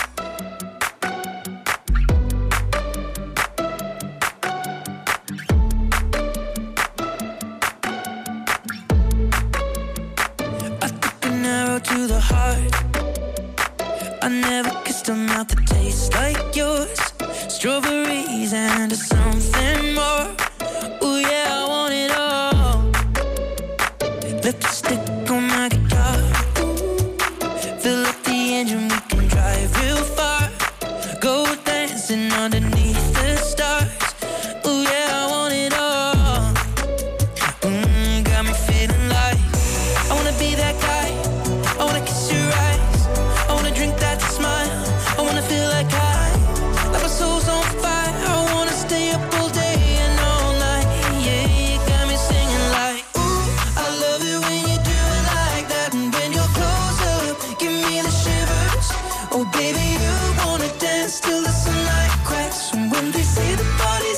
To the heart, I never kissed a mouth that tastes like yours. Strawberries and something more. Ooh yeah, I want it all. Lipstick on my guitar. Fill up the engine, we can drive real far. Go dancing underneath the stars. Ooh yeah, I want it all. Got me feeling like I wanna be that guy. I wanna kiss your eyes. I wanna drink that smile. I wanna feel like my soul's on fire. I wanna stay up all day and all night. Yeah, you got me singing like, ooh, I love it when you do it like that. And when you're close up, give me the shivers. Oh baby, you wanna dance till the sunlight cracks. And when they say the party's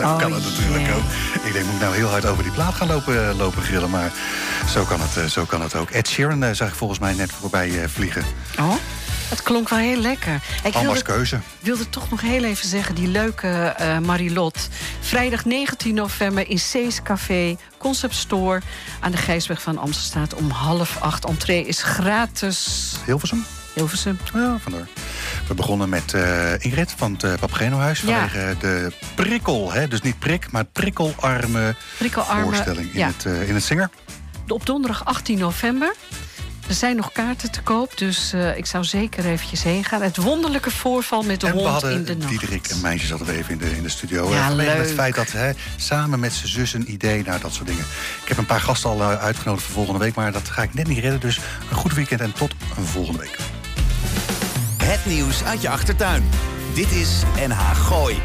Dat kan het natuurlijk ook. Ik denk, moet ik nou heel hard over die plaat gaan lopen grillen. Maar zo kan het ook. Ed Sheeran zag ik volgens mij net voorbij vliegen. Oh, het klonk wel heel lekker. Alma's keuze. Ik wilde toch nog heel even zeggen, die leuke Marilot. Vrijdag 19 november in Cees Café, Concept Store... aan de Gijsweg van Amstelstraat om 7:30. Entree is gratis. Hilversum? Ja, vandaar. We begonnen met Ingrid van het Papageno-huis. Vanwege de prikkel, hè? Dus niet prik, maar prikkelarme voorstelling in het Singer. Op donderdag 18 november. Er zijn nog kaarten te koop, dus ik zou zeker eventjes heen gaan. Het wonderlijke voorval met de hond in de nacht. Diederik en meisjes hadden we even in de studio. Ja, leuk. Het feit dat samen met zijn zus een idee, nou dat soort dingen. Ik heb een paar gasten al uitgenodigd voor volgende week, maar dat ga ik net niet redden. Dus een goed weekend en tot een volgende week. Het nieuws uit je achtertuin. Dit is NH Gooi.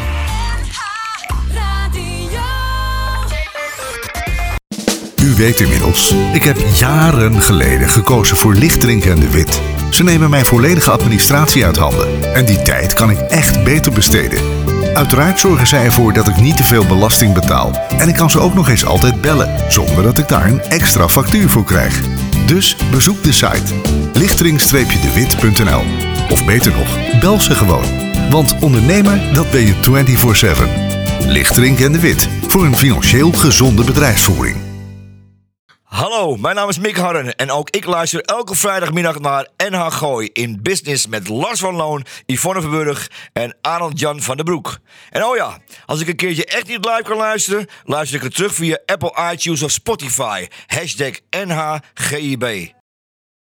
U weet inmiddels, ik heb jaren geleden gekozen voor Lichtdrink en de Wit. Ze nemen mijn volledige administratie uit handen. En die tijd kan ik echt beter besteden. Uiteraard zorgen zij ervoor dat ik niet te veel belasting betaal. En ik kan ze ook nog eens altijd bellen, zonder dat ik daar een extra factuur voor krijg. Dus bezoek de site lichtdrink-dewit.nl. Of beter nog, bel ze gewoon. Want ondernemer, dat ben je 24/7. Lichtdrink en de Wit, voor een financieel gezonde bedrijfsvoering. Hallo, mijn naam is Mick Harren en ook ik luister elke vrijdagmiddag naar NH Gooi in Business met Lars van Loon, Yvonne Verburg en Arnold Jan van der Broek. En oh ja, als ik een keertje echt niet live kan luisteren, luister ik het terug via Apple iTunes of Spotify. #NHGIB.